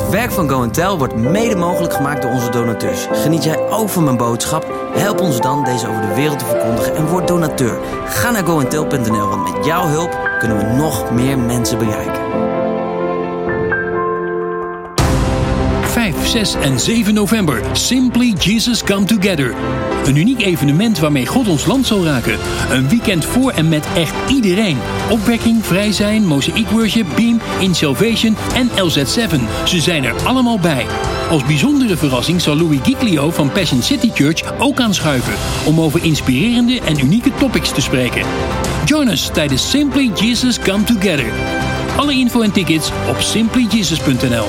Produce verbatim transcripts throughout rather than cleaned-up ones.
Het werk van Go and Tell wordt mede mogelijk gemaakt door onze donateurs. Geniet jij ook van mijn boodschap? Help ons dan deze over de wereld te verkondigen en word donateur. Ga naar go and tell punt n l, want met jouw hulp kunnen we nog meer mensen bereiken. vijf, zes en zeven november. Simply Jesus Come Together. Een uniek evenement waarmee God ons land zal raken. Een weekend voor en met echt iedereen. Opwekking, vrij zijn, Mosaic Worship, Beam, In Salvation en L Z zeven. Ze zijn er allemaal bij. Als bijzondere verrassing zal Louis Giglio van Passion City Church ook aanschuiven. Om over inspirerende en unieke topics te spreken. Join us tijdens Simply Jesus Come Together. Alle info en tickets op simply jesus punt n l.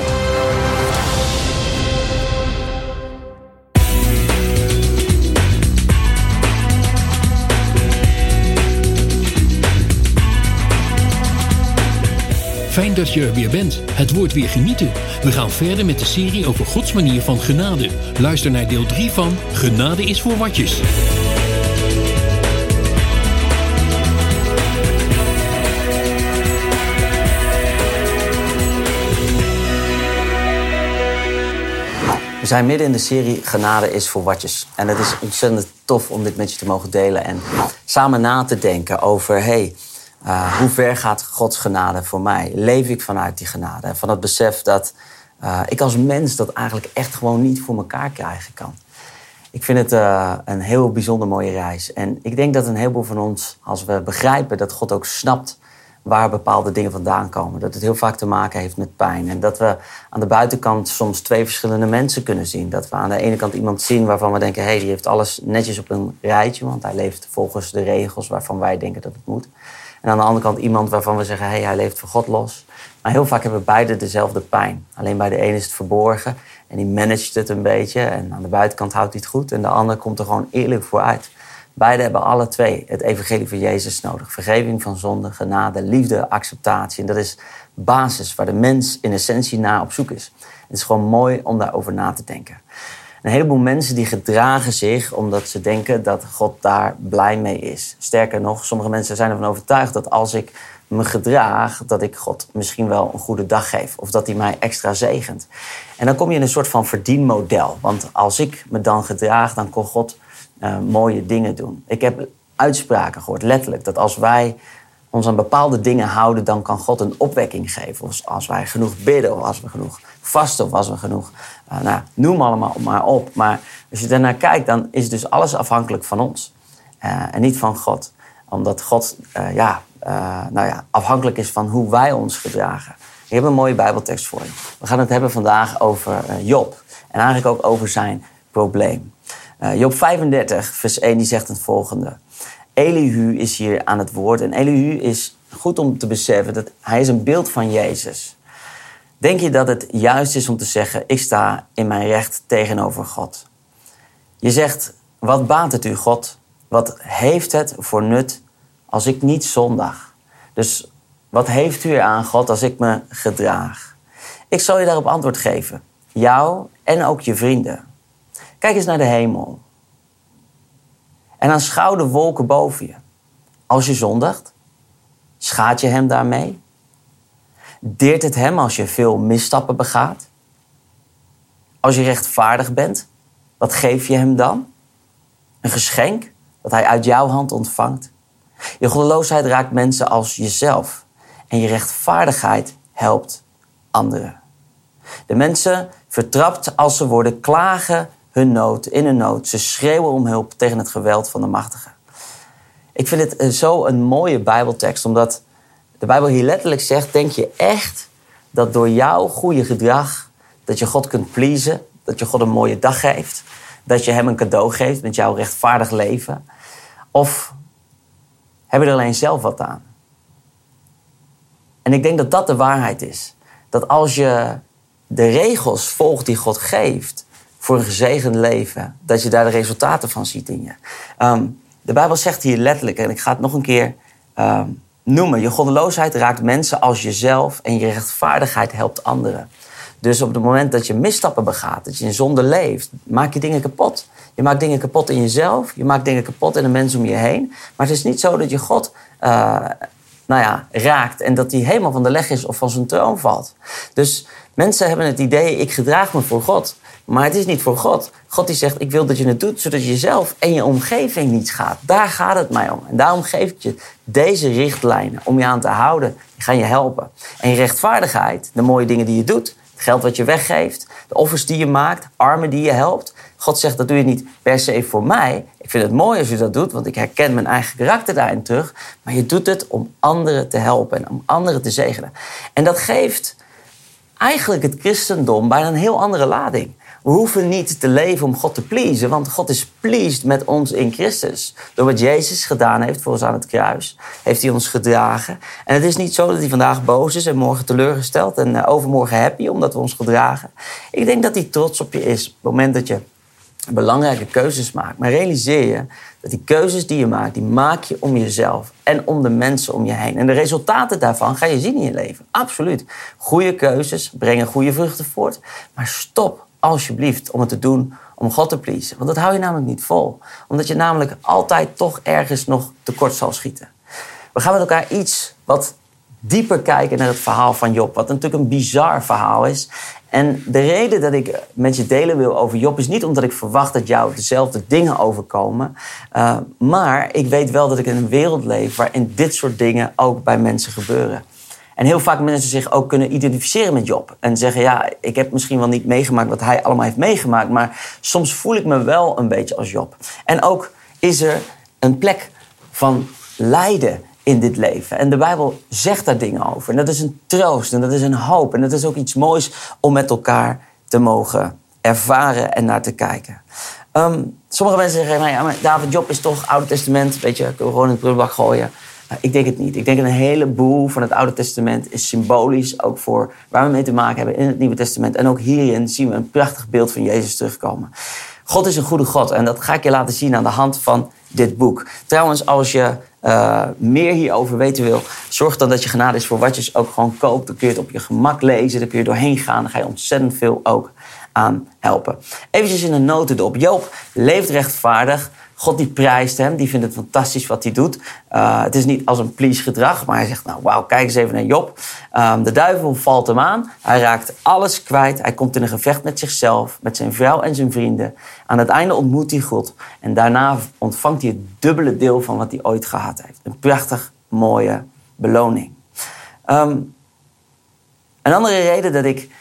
Fijn dat je er weer bent. Het wordt weer genieten. We gaan verder met de serie over Gods manier van genade. Luister naar deel drie van Genade is voor watjes. We zijn midden in de serie Genade is voor watjes. En het is ontzettend tof om dit met je te mogen delen. En samen na te denken over... Hey, Uh, hoe ver gaat Gods genade voor mij? Leef ik vanuit die genade? En van het besef dat uh, ik als mens dat eigenlijk echt gewoon niet voor elkaar krijgen kan. Ik vind het uh, een heel bijzonder mooie reis. En ik denk dat een heleboel van ons, als we begrijpen dat God ook snapt waar bepaalde dingen vandaan komen, dat het heel vaak te maken heeft met pijn. En dat we aan de buitenkant soms twee verschillende mensen kunnen zien. Dat we aan de ene kant iemand zien waarvan we denken, hé, hey, die heeft alles netjes op een rijtje, want hij leeft volgens de regels waarvan wij denken dat het moet. En aan de andere kant iemand waarvan we zeggen, hé, hey, hij leeft voor God los. Maar heel vaak hebben beide dezelfde pijn. Alleen bij de ene is het verborgen en die managt het een beetje. En aan de buitenkant houdt hij het goed. En de ander komt er gewoon eerlijk voor uit. Beide hebben alle twee het evangelie van Jezus nodig. Vergeving van zonde, genade, liefde, acceptatie. En dat is basis waar de mens in essentie naar op zoek is. Het is gewoon mooi om daarover na te denken. Een heleboel mensen die gedragen zich omdat ze denken dat God daar blij mee is. Sterker nog, sommige mensen zijn ervan overtuigd dat als ik me gedraag, dat ik God misschien wel een goede dag geef. Of dat hij mij extra zegent. En dan kom je in een soort van verdienmodel. Want als ik me dan gedraag, dan kan God uh, mooie dingen doen. Ik heb uitspraken gehoord, letterlijk, dat als wij ons aan bepaalde dingen houden, dan kan God een opwekking geven. Of als wij genoeg bidden, of als we genoeg vasten, of als we genoeg... Uh, nou, noem allemaal maar op. Maar als je daarnaar kijkt, dan is dus alles afhankelijk van ons. Uh, en niet van God. Omdat God uh, ja, uh, nou ja, afhankelijk is van hoe wij ons gedragen. Ik heb een mooie Bijbeltekst voor je. We gaan het hebben vandaag over uh, Job. En eigenlijk ook over zijn probleem. Uh, Job vijfendertig, vers één, die zegt het volgende. Elihu is hier aan het woord. En Elihu is goed om te beseffen dat hij is een beeld van Jezus. Denk je dat het juist is om te zeggen, ik sta in mijn recht tegenover God? Je zegt, wat baat het u, God? Wat heeft het voor nut als ik niet zondig? Dus wat heeft u eraan, God, als ik me gedraag? Ik zal je daarop antwoord geven. Jou en ook je vrienden. Kijk eens naar de hemel. En aanschouw de wolken boven je. Als je zondigt, schaadt je hem daarmee? Deert het hem als je veel misstappen begaat? Als je rechtvaardig bent, wat geef je hem dan? Een geschenk dat hij uit jouw hand ontvangt? Je goddeloosheid raakt mensen als jezelf. En je rechtvaardigheid helpt anderen. De mensen vertrapt als ze worden, klagen hun nood in hun nood. Ze schreeuwen om hulp tegen het geweld van de machtigen. Ik vind het zo een mooie Bijbeltekst, omdat de Bijbel hier letterlijk zegt, denk je echt dat door jouw goede gedrag, dat je God kunt pleasen, dat je God een mooie dag geeft, dat je hem een cadeau geeft met jouw rechtvaardig leven? Of heb je er alleen zelf wat aan? En ik denk dat dat de waarheid is. Dat als je de regels volgt die God geeft voor een gezegend leven, dat je daar de resultaten van ziet in je. Um, de Bijbel zegt hier letterlijk, en ik ga het nog een keer um, noemen. Je goddeloosheid raakt mensen als jezelf en je rechtvaardigheid helpt anderen. Dus op het moment dat je misstappen begaat, dat je in zonde leeft, maak je dingen kapot. Je maakt dingen kapot in jezelf, je maakt dingen kapot in de mensen om je heen. Maar het is niet zo dat je God uh, nou ja, raakt en dat hij helemaal van de leg is of van zijn troon valt. Dus mensen hebben het idee, ik gedraag me voor God. Maar het is niet voor God. God die zegt, ik wil dat je het doet zodat je jezelf en je omgeving niet schaadt. Daar gaat het mij om. En daarom geef ik je deze richtlijnen om je aan te houden. Die gaan je helpen. En je rechtvaardigheid, de mooie dingen die je doet, het geld wat je weggeeft, de offers die je maakt, armen die je helpt. God zegt, dat doe je niet per se voor mij. Ik vind het mooi als je dat doet, want ik herken mijn eigen karakter daarin terug. Maar je doet het om anderen te helpen en om anderen te zegenen. En dat geeft eigenlijk het christendom bijna een heel andere lading. We hoeven niet te leven om God te pleasen, want God is pleased met ons in Christus. Door wat Jezus gedaan heeft voor ons aan het kruis, heeft hij ons gedragen. En het is niet zo dat hij vandaag boos is en morgen teleurgesteld en overmorgen happy omdat we ons gedragen. Ik denk dat hij trots op je is op het moment dat je belangrijke keuzes maakt. Maar realiseer je dat die keuzes die je maakt, die maak je om jezelf en om de mensen om je heen. En de resultaten daarvan ga je zien in je leven. Absoluut. Goede keuzes brengen goede vruchten voort. Maar stop alsjeblieft om het te doen om God te pleasen. Want dat hou je namelijk niet vol. Omdat je namelijk altijd toch ergens nog tekort zal schieten. We gaan met elkaar iets wat dieper kijken naar het verhaal van Job. Wat natuurlijk een bizar verhaal is. En de reden dat ik met je delen wil over Job is niet omdat ik verwacht dat jou dezelfde dingen overkomen. Uh, maar ik weet wel dat ik in een wereld leef waarin dit soort dingen ook bij mensen gebeuren. En heel vaak mensen zich ook kunnen identificeren met Job. En zeggen, ja, ik heb misschien wel niet meegemaakt wat hij allemaal heeft meegemaakt. Maar soms voel ik me wel een beetje als Job. En ook is er een plek van lijden in dit leven. En de Bijbel zegt daar dingen over. En dat is een troost en dat is een hoop. En dat is ook iets moois om met elkaar te mogen ervaren en naar te kijken. Um, sommige mensen zeggen, nou ja, maar David, Job is toch Oude Testament. Weet je, kunnen we gewoon in de prullenbak gooien. Uh, ik denk het niet. Ik denk dat een heleboel van het Oude Testament is symbolisch. Ook voor waar we mee te maken hebben in het Nieuwe Testament. En ook hierin zien we een prachtig beeld van Jezus terugkomen. God is een goede God. En dat ga ik je laten zien aan de hand van dit boek. Trouwens, als je uh, meer hierover weten wil, zorg dan dat je Genade is voor Watjes ook gewoon koopt. Dan kun je het op je gemak lezen. Dan kun je doorheen gaan. Dan ga je ontzettend veel ook aan helpen. Eventjes in een notendop. Job leeft rechtvaardig. God die prijst hem, die vindt het fantastisch wat hij doet. Uh, het is niet als een please gedrag, maar hij zegt, nou wauw, kijk eens even naar Job. Um, de duivel valt hem aan, hij raakt alles kwijt. Hij komt in een gevecht met zichzelf, met zijn vrouw en zijn vrienden. Aan het einde ontmoet hij God en daarna ontvangt hij het dubbele deel van wat hij ooit gehad heeft. Een prachtig mooie beloning. Um, een andere reden dat ik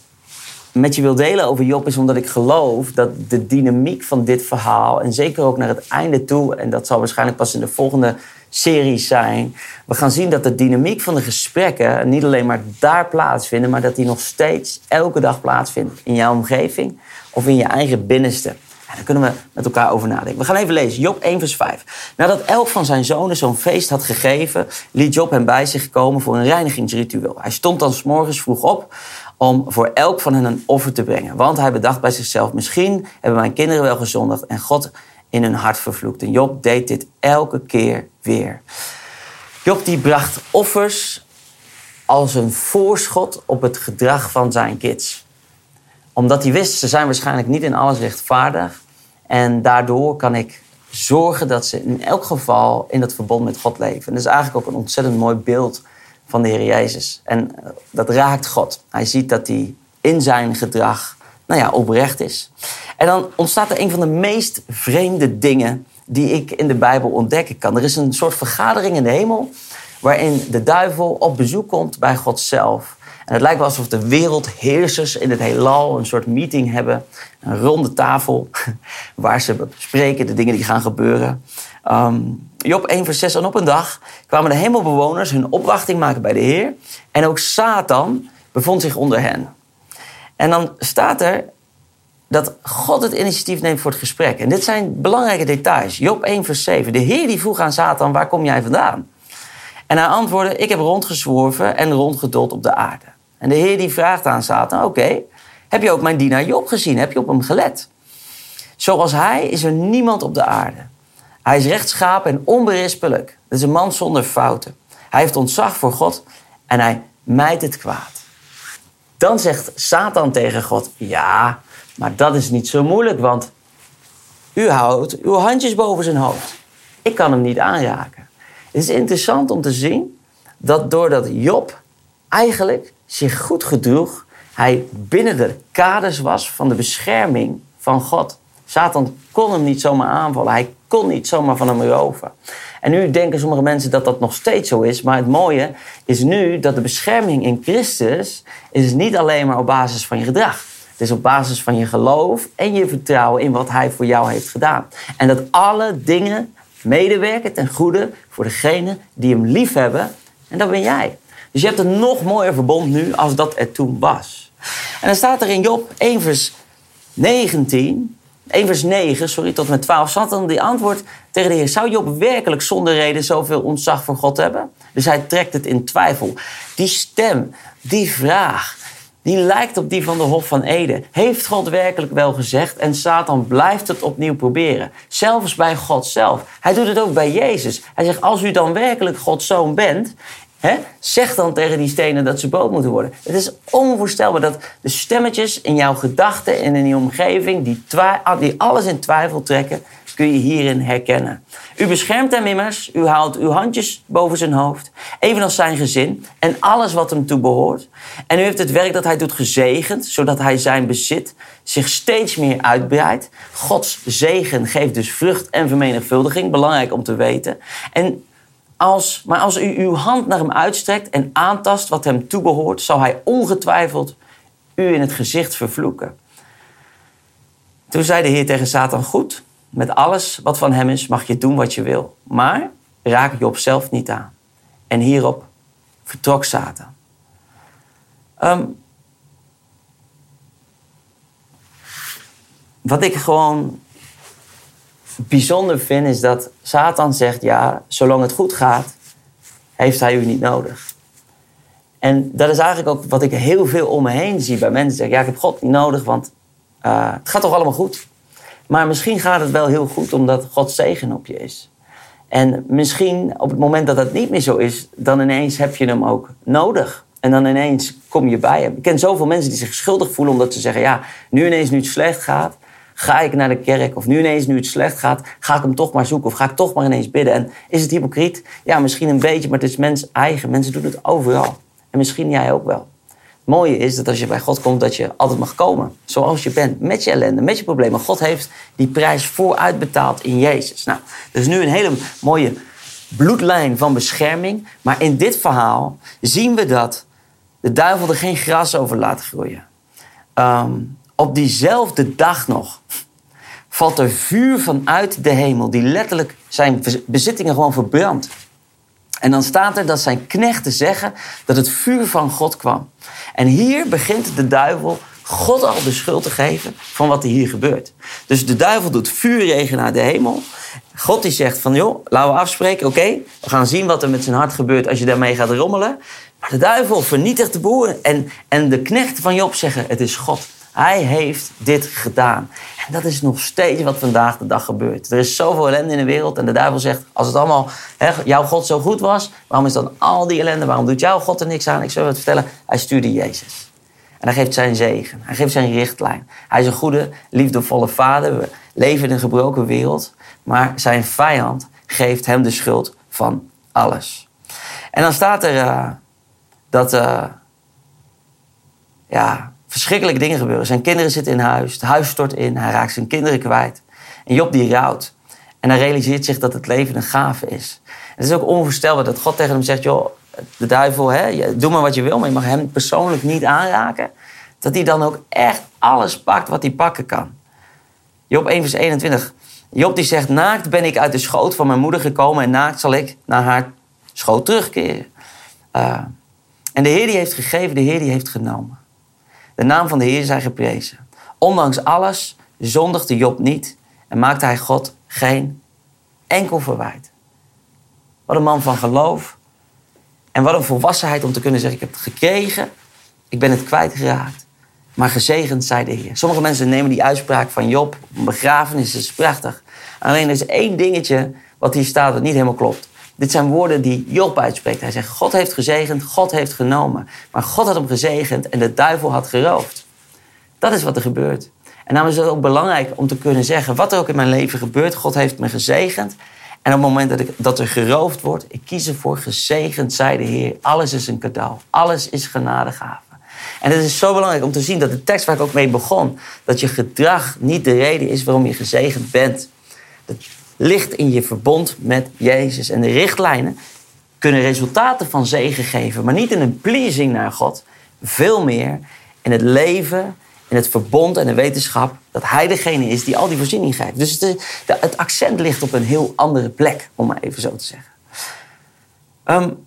met je wil delen over Job is omdat ik geloof dat de dynamiek van dit verhaal, en zeker ook naar het einde toe, en dat zal waarschijnlijk pas in de volgende serie zijn, we gaan zien dat de dynamiek van de gesprekken niet alleen maar daar plaatsvinden, maar dat die nog steeds elke dag plaatsvindt in jouw omgeving of in je eigen binnenste. Ja, daar kunnen we met elkaar over nadenken. We gaan even lezen, Job één vers vijf. Nadat elk van zijn zonen zo'n feest had gegeven, liet Job hem bij zich komen voor een reinigingsritueel. Hij stond dan 's morgens vroeg op om voor elk van hen een offer te brengen. Want hij bedacht bij zichzelf, misschien hebben mijn kinderen wel gezondigd en God in hun hart vervloekt. En Job deed dit elke keer weer. Job die bracht offers als een voorschot op het gedrag van zijn kids. Omdat hij wist, ze zijn waarschijnlijk niet in alles rechtvaardig. En daardoor kan ik zorgen dat ze in elk geval in dat verbond met God leven. En dat is eigenlijk ook een ontzettend mooi beeld van de Heer Jezus. En dat raakt God. Hij ziet dat hij in zijn gedrag nou ja, oprecht is. En dan ontstaat er een van de meest vreemde dingen die ik in de Bijbel ontdekken kan. Er is een soort vergadering in de hemel waarin de duivel op bezoek komt bij God zelf. En het lijkt wel alsof de wereldheersers in het heelal een soort meeting hebben. Een ronde tafel waar ze bespreken de dingen die gaan gebeuren. Um, Job één vers zes. En op een dag kwamen de hemelbewoners hun opwachting maken bij de Heer. En ook Satan bevond zich onder hen. En dan staat er dat God het initiatief neemt voor het gesprek. En dit zijn belangrijke details. Job één vers zeven. De Heer die vroeg aan Satan, waar kom jij vandaan? En hij antwoordde, ik heb rondgezworven en rondgedold op de aarde. En de Heer die vraagt aan Satan, oké, okay, heb je ook mijn dienaar Job gezien? Heb je op hem gelet? Zoals hij is er niemand op de aarde. Hij is rechtschapen en onberispelijk. Het is een man zonder fouten. Hij heeft ontzag voor God en hij mijdt het kwaad. Dan zegt Satan tegen God, ja, maar dat is niet zo moeilijk, want u houdt uw handjes boven zijn hoofd. Ik kan hem niet aanraken. Het is interessant om te zien dat doordat Job eigenlijk zich goed gedroeg, hij binnen de kaders was van de bescherming van God. Satan kon hem niet zomaar aanvallen. Hij kon niet zomaar van hem roven. En nu denken sommige mensen dat dat nog steeds zo is. Maar het mooie is nu dat de bescherming in Christus is niet alleen maar op basis van je gedrag. Het is op basis van je geloof en je vertrouwen in wat hij voor jou heeft gedaan. En dat alle dingen medewerken ten goede voor degene die hem lief hebben. En dat ben jij. Dus je hebt een nog mooier verbond nu als dat er toen was. En dan staat er in Job één vers negentien... één vers negen, sorry, tot en met twaalf, zat dan die antwoord tegen de Heer. Zou Job werkelijk zonder reden zoveel ontzag voor God hebben? Dus hij trekt het in twijfel. Die stem, die vraag, die lijkt op die van de Hof van Eden. Heeft God werkelijk wel gezegd? En Satan blijft het opnieuw proberen. Zelfs bij God zelf. Hij doet het ook bij Jezus. Hij zegt, als u dan werkelijk Gods zoon bent, He? zeg dan tegen die stenen dat ze brood moeten worden. Het is onvoorstelbaar dat de stemmetjes in jouw gedachten en in je omgeving, die, twi- die alles in twijfel trekken, kun je hierin herkennen. U beschermt hem immers, u haalt uw handjes boven zijn hoofd, evenals zijn gezin en alles wat hem toebehoort. En u heeft het werk dat hij doet gezegend, zodat hij zijn bezit zich steeds meer uitbreidt. Gods zegen geeft dus vrucht en vermenigvuldiging, belangrijk om te weten. En Als, maar als u uw hand naar hem uitstrekt en aantast wat hem toebehoort, zal hij ongetwijfeld u in het gezicht vervloeken. Toen zei de Heer tegen Satan, goed, met alles wat van hem is mag je doen wat je wil. Maar raak Job zelf niet aan. En hierop vertrok Satan. Um, wat ik gewoon bijzonder vind is dat Satan zegt, ja, zolang het goed gaat, heeft hij u niet nodig. En dat is eigenlijk ook wat ik heel veel om me heen zie bij mensen zeggen, ja, ik heb God niet nodig, want uh, het gaat toch allemaal goed. Maar misschien gaat het wel heel goed omdat Gods zegen op je is. En misschien op het moment dat dat niet meer zo is, dan ineens heb je hem ook nodig. En dan ineens kom je bij hem. Ik ken zoveel mensen die zich schuldig voelen omdat ze zeggen, ja, nu ineens nu het slecht gaat, ga ik naar de kerk, of nu ineens nu het slecht gaat, ga ik hem toch maar zoeken, of ga ik toch maar ineens bidden. En is het hypocriet? Ja, misschien een beetje, maar het is mens eigen. Mensen doen het overal. En misschien jij ook wel. Het mooie is dat als je bij God komt, dat je altijd mag komen. Zoals je bent, met je ellende, met je problemen. God heeft die prijs vooruitbetaald in Jezus. Nou, er is nu een hele mooie bloedlijn van bescherming. Maar in dit verhaal zien we dat de duivel er geen gras over laat groeien. Um, Op diezelfde dag nog valt er vuur vanuit de hemel, die letterlijk zijn bezittingen gewoon verbrandt. En dan staat er dat zijn knechten zeggen dat het vuur van God kwam. En hier begint de duivel God al de schuld te geven van wat er hier gebeurt. Dus de duivel doet vuurregen naar de hemel. God die zegt van, joh, laten we afspreken, oké, okay, we gaan zien wat er met zijn hart gebeurt als je daarmee gaat rommelen. Maar de duivel vernietigt de boer en, en de knechten van Job zeggen, het is God. Hij heeft dit gedaan. En dat is nog steeds wat vandaag de dag gebeurt. Er is zoveel ellende in de wereld. En de duivel zegt, als het allemaal he, jouw God zo goed was, waarom is dan al die ellende? Waarom doet jouw God er niks aan? Ik zal je wat vertellen. Hij stuurde Jezus. En hij geeft zijn zegen. Hij geeft zijn richtlijn. Hij is een goede, liefdevolle vader. We leven in een gebroken wereld. Maar zijn vijand geeft hem de schuld van alles. En dan staat er uh, dat... Uh, ja... verschrikkelijke dingen gebeuren. Zijn kinderen zitten in huis. Het huis stort in. Hij raakt zijn kinderen kwijt. En Job die rouwt. En hij realiseert zich dat het leven een gave is. Het is ook onvoorstelbaar dat God tegen hem zegt, joh, de duivel, hè, doe maar wat je wil, maar je mag hem persoonlijk niet aanraken. Dat hij dan ook echt alles pakt wat hij pakken kan. Job één vers eenentwintig. Job die zegt, naakt ben ik uit de schoot van mijn moeder gekomen en naakt zal ik naar haar schoot terugkeren. Uh, en de Heer die heeft gegeven, de Heer die heeft genomen. De naam van de Heer zij geprezen. Ondanks alles zondigde Job niet en maakte hij God geen enkel verwijt. Wat een man van geloof. En wat een volwassenheid om te kunnen zeggen, ik heb het gekregen, ik ben het kwijtgeraakt. Maar gezegend zij de Heer. Sommige mensen nemen die uitspraak van Job, een begrafenis is prachtig. Alleen er is één dingetje wat hier staat wat niet helemaal klopt. Dit zijn woorden die Job uitspreekt. Hij zegt, God heeft gezegend, God heeft genomen. Maar God had hem gezegend en de duivel had geroofd. Dat is wat er gebeurt. En daarom is het ook belangrijk om te kunnen zeggen, wat er ook in mijn leven gebeurt, God heeft me gezegend. En op het moment dat, ik, dat er geroofd wordt, ik kies ervoor, gezegend zij de Heer. Alles is een cadeau. Alles is genadegave. En het is zo belangrijk om te zien dat de tekst waar ik ook mee begon, dat je gedrag niet de reden is waarom je gezegend bent. Dat ligt in je verbond met Jezus. En de richtlijnen kunnen resultaten van zegen geven, maar niet in een pleasing naar God. Veel meer in het leven, in het verbond en de wetenschap dat Hij degene is die al die voorziening geeft. Dus het, de, het accent ligt op een heel andere plek, om maar even zo te zeggen. Um,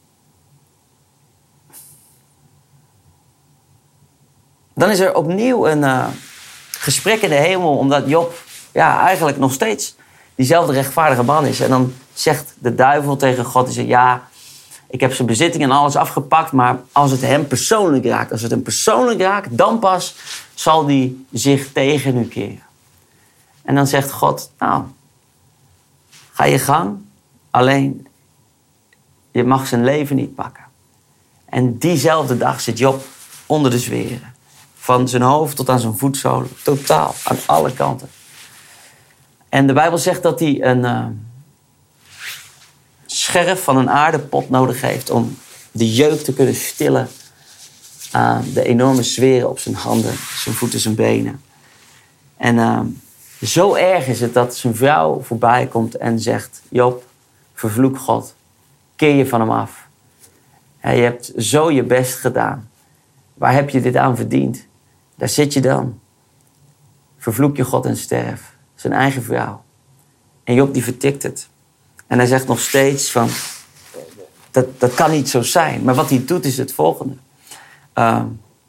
dan is er opnieuw een uh, gesprek in de hemel, omdat Job ja, eigenlijk nog steeds diezelfde rechtvaardige man is. En dan zegt de duivel tegen God, die zegt, ja, ik heb zijn bezitting en alles afgepakt, maar als het hem persoonlijk raakt, als het hem persoonlijk raakt, dan pas zal hij zich tegen u keren. En dan zegt God, nou, ga je gang, alleen je mag zijn leven niet pakken. En diezelfde dag zit Job onder de zweren. Van zijn hoofd tot aan zijn voetzolen, totaal, aan alle kanten. En de Bijbel zegt dat hij een uh, scherf van een aardepot nodig heeft om de jeuk te kunnen stillen aan de enorme zweren op zijn handen, zijn voeten, zijn benen. En uh, zo erg is het dat zijn vrouw voorbij komt en zegt, Job, vervloek God, keer je van hem af. Ja, je hebt zo je best gedaan. Waar heb je dit aan verdiend? Daar zit je dan. Vervloek je God en sterf. Zijn eigen vrouw. En Job die vertikt het. En hij zegt nog steeds van, dat, dat kan niet zo zijn. Maar wat hij doet is het volgende. Uh,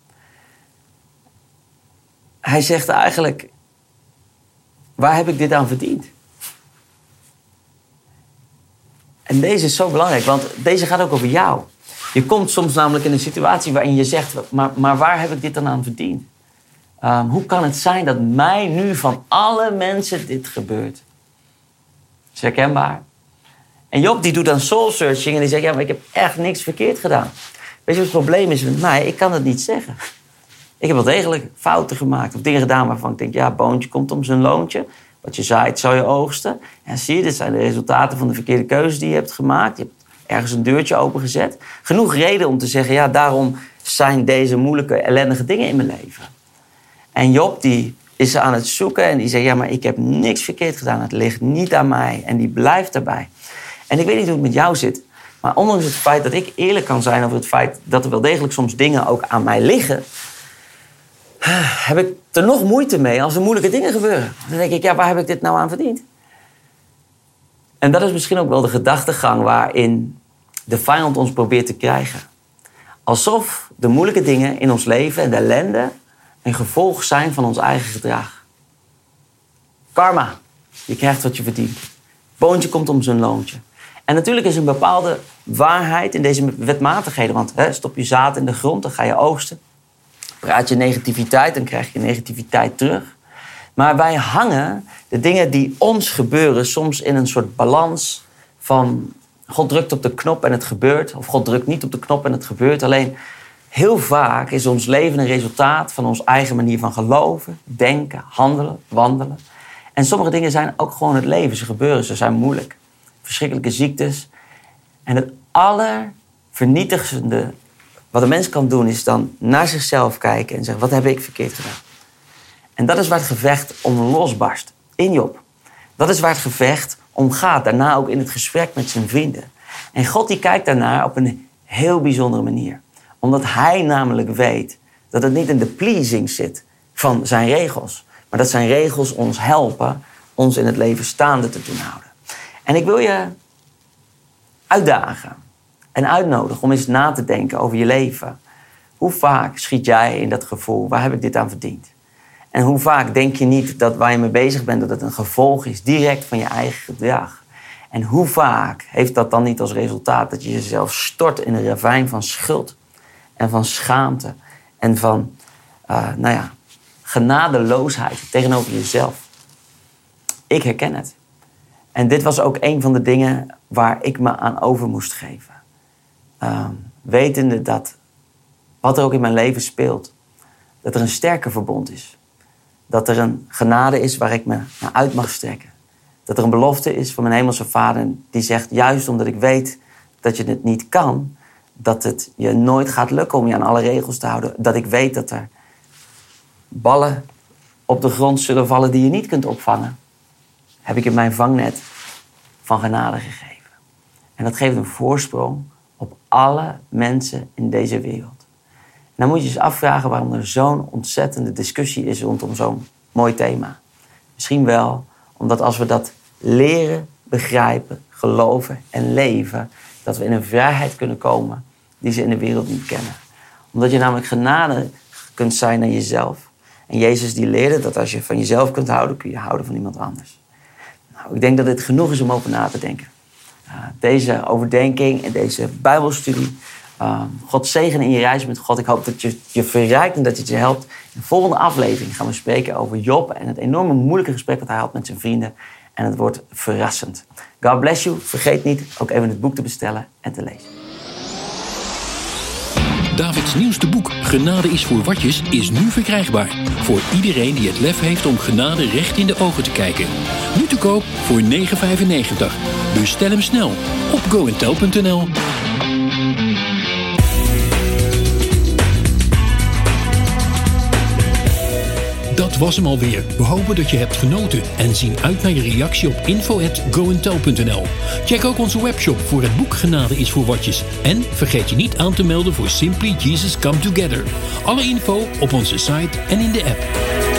hij zegt eigenlijk, waar heb ik dit aan verdiend? En deze is zo belangrijk, want deze gaat ook over jou. Je komt soms namelijk in een situatie waarin je zegt, maar, maar waar heb ik dit dan aan verdiend? Um, hoe kan het zijn dat mij nu van alle mensen dit gebeurt? Dat is herkenbaar. En Job die doet dan soul searching en die zegt, ja, maar ik heb echt niks verkeerd gedaan. Weet je wat het probleem is met mij? Ik kan het niet zeggen. Ik heb wel degelijk fouten gemaakt of dingen gedaan waarvan ik denk, ja, boontje komt om zijn loontje. Wat je zaait, zou je oogsten. En zie je, dit zijn de resultaten van de verkeerde keuzes die je hebt gemaakt. Je hebt ergens een deurtje opengezet. Genoeg reden om te zeggen, ja, daarom zijn deze moeilijke, ellendige dingen in mijn leven. En Job die is aan het zoeken en die zegt, ja, maar ik heb niks verkeerd gedaan. Het ligt niet aan mij. En die blijft daarbij. En ik weet niet hoe het met jou zit. Maar ondanks het feit dat ik eerlijk kan zijn over het feit dat er wel degelijk soms dingen ook aan mij liggen, heb ik er nog moeite mee als er moeilijke dingen gebeuren. Dan denk ik, ja, waar heb ik dit nou aan verdiend? En dat is misschien ook wel de gedachtegang waarin de vijand ons probeert te krijgen. Alsof de moeilijke dingen in ons leven en de ellende een gevolg zijn van ons eigen gedrag. Karma. Je krijgt wat je verdient. Boontje komt om zijn loontje. En natuurlijk is een bepaalde waarheid in deze wetmatigheden. Want hè, stop je zaad in de grond, dan ga je oogsten. Praat je negativiteit, dan krijg je negativiteit terug. Maar wij hangen de dingen die ons gebeuren soms in een soort balans van God drukt op de knop en het gebeurt. Of God drukt niet op de knop en het gebeurt. Alleen heel vaak is ons leven een resultaat van onze eigen manier van geloven, denken, handelen, wandelen. En sommige dingen zijn ook gewoon het leven. Ze gebeuren, ze zijn moeilijk. Verschrikkelijke ziektes. En het allervernietigende wat een mens kan doen is dan naar zichzelf kijken en zeggen, wat heb ik verkeerd gedaan? En dat is waar het gevecht om losbarst. In Job. Dat is waar het gevecht om gaat. Daarna ook in het gesprek met zijn vrienden. En God die kijkt daarnaar op een heel bijzondere manier. Omdat hij namelijk weet dat het niet in de pleasing zit van zijn regels. Maar dat zijn regels ons helpen ons in het leven staande te doen houden. En ik wil je uitdagen en uitnodigen om eens na te denken over je leven. Hoe vaak schiet jij in dat gevoel, waar heb ik dit aan verdiend? En hoe vaak denk je niet dat waar je mee bezig bent, dat het een gevolg is direct van je eigen gedrag? En hoe vaak heeft dat dan niet als resultaat dat je jezelf stort in een ravijn van schuld en van schaamte en van, uh, nou ja, genadeloosheid tegenover jezelf? Ik herken het. En dit was ook een van de dingen waar ik me aan over moest geven. Uh, wetende dat wat er ook in mijn leven speelt, dat er een sterker verbond is. Dat er een genade is waar ik me naar uit mag strekken. dat er een belofte is van mijn hemelse Vader die zegt, juist omdat ik weet dat je het niet kan, dat het je nooit gaat lukken om je aan alle regels te houden, dat ik weet dat er ballen op de grond zullen vallen die je niet kunt opvangen, heb ik in mijn vangnet van genade gegeven. En dat geeft een voorsprong op alle mensen in deze wereld. En dan moet je je eens afvragen waarom er zo'n ontzettende discussie is rondom zo'n mooi thema. Misschien wel omdat als we dat leren, begrijpen, geloven en leven, dat we in een vrijheid kunnen komen die ze in de wereld niet kennen. Omdat je namelijk genade kunt zijn naar jezelf. En Jezus die leerde dat als je van jezelf kunt houden, kun je houden van iemand anders. Nou, ik denk dat dit genoeg is om over na te denken. Uh, deze overdenking en deze Bijbelstudie. Uh, God zegen in je reis met God. Ik hoop dat je je verrijkt en dat het je helpt. In de volgende aflevering gaan we spreken over Job en het enorme moeilijke gesprek dat hij had met zijn vrienden. En het wordt verrassend. God bless you. Vergeet niet ook even het boek te bestellen en te lezen. Davids nieuwste boek Genade is voor watjes is nu verkrijgbaar. Voor iedereen die het lef heeft om genade recht in de ogen te kijken. Nu te koop voor negen vijfennegentig. Bestel hem snel op go and tell punt n l. Dat was hem alweer. We hopen dat je hebt genoten en zien uit naar je reactie op info at go and tell punt n l. Check ook onze webshop voor het boek Genade is voor watjes. En vergeet je niet aan te melden voor Simply Jesus Come Together. Alle info op onze site en in de app.